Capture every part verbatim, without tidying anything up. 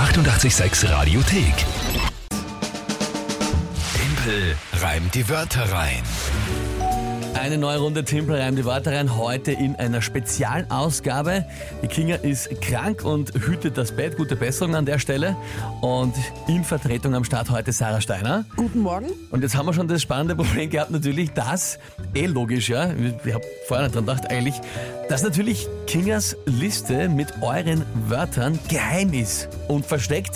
achtundachtzig Komma sechs Radiothek. Tempel reimt die Wörter rein. Eine neue Runde Tempel reimt die Wörter rein, heute in einer Spezialausgabe. Die Kinga ist krank und hütet das Bett. Gute Besserung an der Stelle. Und in Vertretung am Start heute Sarah Steiner. Guten Morgen. Und jetzt haben wir schon das spannende Problem gehabt, natürlich, dass, eh logisch, ja, ich habe vorher nicht dran gedacht eigentlich, dass natürlich Kingas Liste mit euren Wörtern geheim ist und versteckt.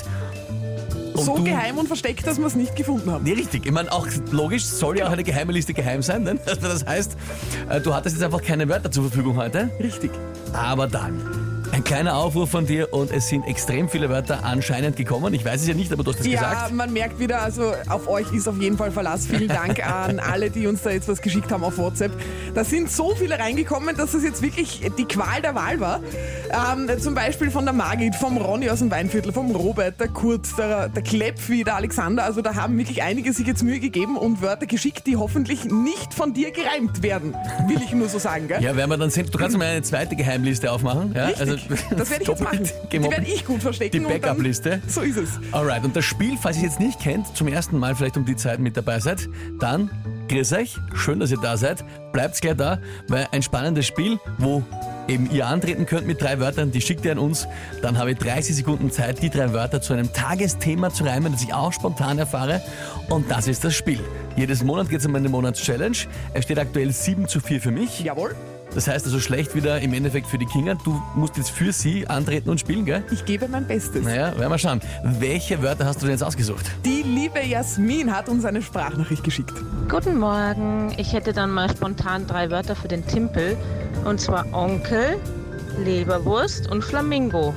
Und so du, geheim und versteckt, dass wir es nicht gefunden haben. Nee, richtig. Ich meine, auch logisch soll ja auch eine geheime Liste geheim sein, ne? Das heißt, du hattest jetzt einfach keine Wörter zur Verfügung heute. Richtig. Aber dann, ein kleiner Aufruf von dir und es sind extrem viele Wörter anscheinend gekommen. Ich weiß es ja nicht, aber du hast es ja, gesagt. Ja, man merkt wieder, also auf euch ist auf jeden Fall Verlass. Vielen Dank an alle, die uns da jetzt was geschickt haben auf WhatsApp. Da sind so viele reingekommen, dass es jetzt wirklich die Qual der Wahl war. Ähm, zum Beispiel von der Margit, vom Ronny aus dem Weinviertel, vom Robert, der Kurt, der, der Klepfi, der Alexander. Also da haben wirklich einige sich jetzt Mühe gegeben und Wörter geschickt, die hoffentlich nicht von dir gereimt werden. Will ich nur so sagen, gell? Ja, werden wir dann sehen. Du kannst mal eine zweite Geheimliste aufmachen. Ja? Richtig. Also, das werde ich jetzt machen. Die werde ich gut verstecken. Die Backup-Liste. So ist es. Alright, und das Spiel, falls ihr es jetzt nicht kennt, zum ersten Mal vielleicht um die Zeit mit dabei seid, dann grüß euch, schön, dass ihr da seid, bleibt gleich da, weil ein spannendes Spiel, wo eben ihr antreten könnt mit drei Wörtern, die schickt ihr an uns, dann habe ich dreißig Sekunden Zeit, die drei Wörter zu einem Tagesthema zu reimen, das ich auch spontan erfahre, und das ist das Spiel. Jedes Monat geht es um eine Monatschallenge, es steht aktuell sieben zu vier für mich. Jawohl. Das heißt also schlecht wieder im Endeffekt für die Kinga. Du musst jetzt für sie antreten und spielen, gell? Ich gebe mein Bestes. Naja, werden wir schauen. Welche Wörter hast du denn jetzt ausgesucht? Die liebe Jasmin hat uns eine Sprachnachricht geschickt. Guten Morgen. Ich hätte dann mal spontan drei Wörter für den Timpel. Und zwar Onkel, Leberwurst und Flamingo.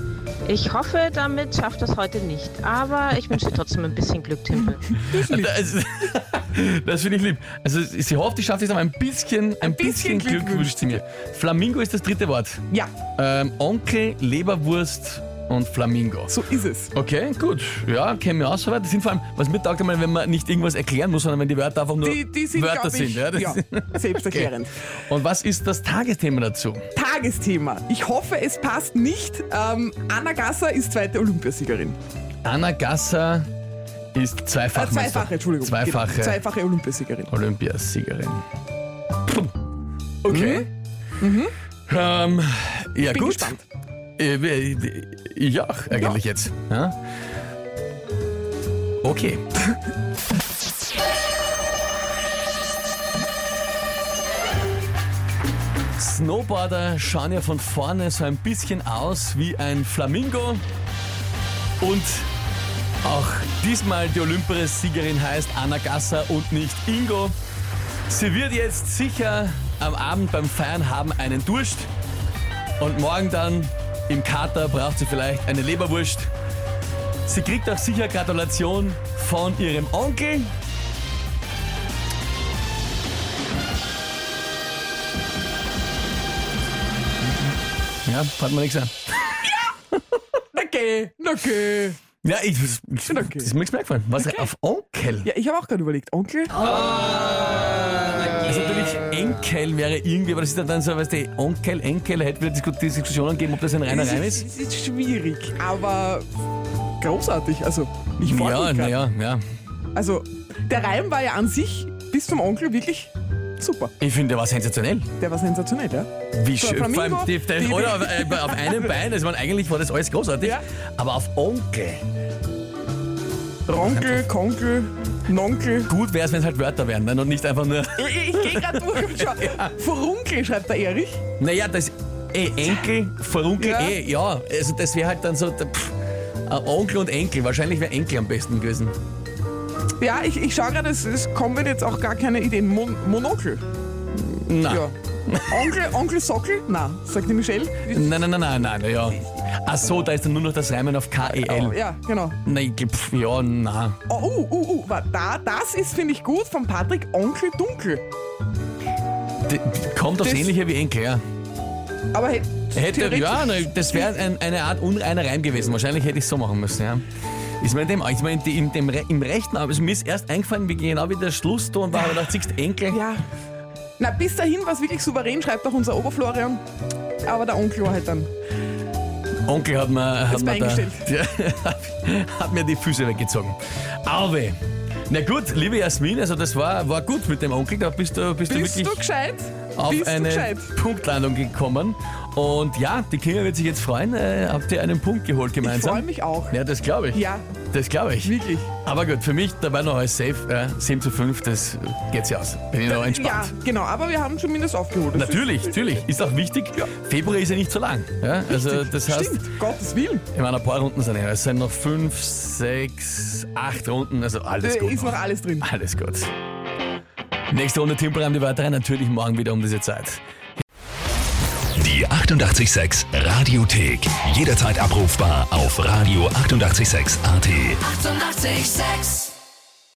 Ich hoffe, damit schafft das heute nicht. Aber ich wünsche dir trotzdem ein bisschen Glück, Timpel. Das, das finde ich lieb. Also sie hofft, ich schaffe es aber ein bisschen, ein, ein bisschen, bisschen Glück, Glück wünscht sie mir. Flamingo ist das dritte Wort. Ja. Ähm, Onkel, Leberwurst und Flamingo. So ist es. Okay, gut. Ja, kennen wir aus soweit. Das sind vor allem, was mir taugt, wenn man nicht irgendwas erklären muss, sondern wenn die Wörter einfach nur die, die sind, Wörter ich, sind. Ja, das ja selbsterklärend. Okay. Und was ist das Tagesthema dazu? Tagesthema. Ich hoffe, es passt nicht. Ähm, Anna Gasser ist zweite Olympiasiegerin. Anna Gasser ist zweifach, äh, zweifache, Entschuldigung. Zweifache, genau, zweifache Olympiasiegerin. Olympiasiegerin. Okay. Mhm. Mhm. Ähm, ja, Bin gut. gespannt. Ja, eigentlich ja. jetzt. Ja? Okay. Snowboarder schauen ja von vorne so ein bisschen aus wie ein Flamingo. Und auch diesmal die Olympiasiegerin heißt Anna Gasser und nicht Ingo. Sie wird jetzt sicher am Abend beim Feiern haben einen Durst. Und morgen dann im Kater braucht sie vielleicht eine Leberwurst. Sie kriegt auch sicher Gratulation von ihrem Onkel. Ja, hat mir nichts an. Ja! Okay, okay. Ja, ich, ich, okay. Das ist mir nichts mehr gefallen. Was okay. Auf Onkel? Ja, ich habe auch gerade überlegt. Onkel? Oh, also natürlich Enkel wäre irgendwie, aber das ist dann so, weißt du, Onkel, Enkel, hätte wieder Diskussionen gegeben, ob das ein reiner Reim ist. Das ist schwierig, aber großartig. Also, ich freue ja, mich naja, ja. Also, der Reim war ja an sich bis zum Onkel wirklich super. Ich finde, der war sensationell. Der war sensationell, ja. Wie schön. Vor allem, die, die, die, oder auf, äh, auf einem Bein, also man, eigentlich war das alles großartig, ja. Aber auf Onkel. Ronkel, Konkel, Nonkel. Gut wäre es, wenn es halt Wörter wären, ne? Und nicht einfach nur... Ich, ich gehe gerade durch und schau. Ja. Furunkel, schreibt der Erich. Naja, das... Eh, Enkel, Furunkel, ja. eh, ja. Also das wäre halt dann so... Pff, Onkel und Enkel. Wahrscheinlich wäre Enkel am besten gewesen. Ja, ich, ich schaue gerade, es, es kommen jetzt auch gar keine Ideen. Mon Monokel. Nein. Ja. Onkel, Onkel Sockel? Nein, sagt die Michelle. Nein, nein, nein, nein, nein, ja. Ach so, da ist dann nur noch das Reimen auf K E L. Oh, ja, genau. Nein, pf, ja, nein. Oh, uh, uh, uh, da, das ist, finde ich, gut von Patrick, Onkel Dunkel. D kommt aufs das, Ähnliche wie Enkel, ja. Aber hätte, hätte ja, ne, das wäre ein, eine Art unreiner Reim gewesen. Wahrscheinlich hätte ich es so machen müssen, ja. Ist mir in dem, ich meine, in dem, im rechten, also mir ist erst eingefallen, wie genau wie der Schlusston war, aber da siehst Enkel. Ja. Na, bis dahin war es wirklich souverän, schreibt auch unser Oberflorian. Aber der Onkel war halt dann Onkel hat mir, hat mir, da, hat mir die Füße weggezogen. Auwe. Na gut, liebe Jasmin, also das war, war gut mit dem Onkel. Da bist du, bist Bist du wirklich du gescheit? auf Bist eine du gescheit? Punktlandung gekommen. Und ja, die Kinga wird sich jetzt freuen. Äh, habt ihr einen Punkt geholt Ich gemeinsam? freue mich auch. Ja, das glaube ich. Ja, Das glaube ich. wirklich. Aber gut, für mich dabei noch alles safe. Äh, sieben zu fünf, das geht sich aus. Bin ich noch Ja, entspannt. genau, aber wir haben zumindest aufgeholt. Das Natürlich, ist, natürlich. Ist auch wichtig. Februar ist ja nicht so lang. Ja? Also das heißt, Stimmt, Gottes Willen. ich meine, ein paar Runden sind ja. Es sind noch fünf, sechs, acht Runden. Also alles Da gut. ist noch alles drin. Alles gut. Nächste Runde Timpelreim, die weiteren natürlich morgen wieder um diese Zeit. Die achtundachtzig Komma sechs Radiothek. Jederzeit abrufbar auf radio achtundachtzig Komma sechs Punkt a t. Eighty-eight point six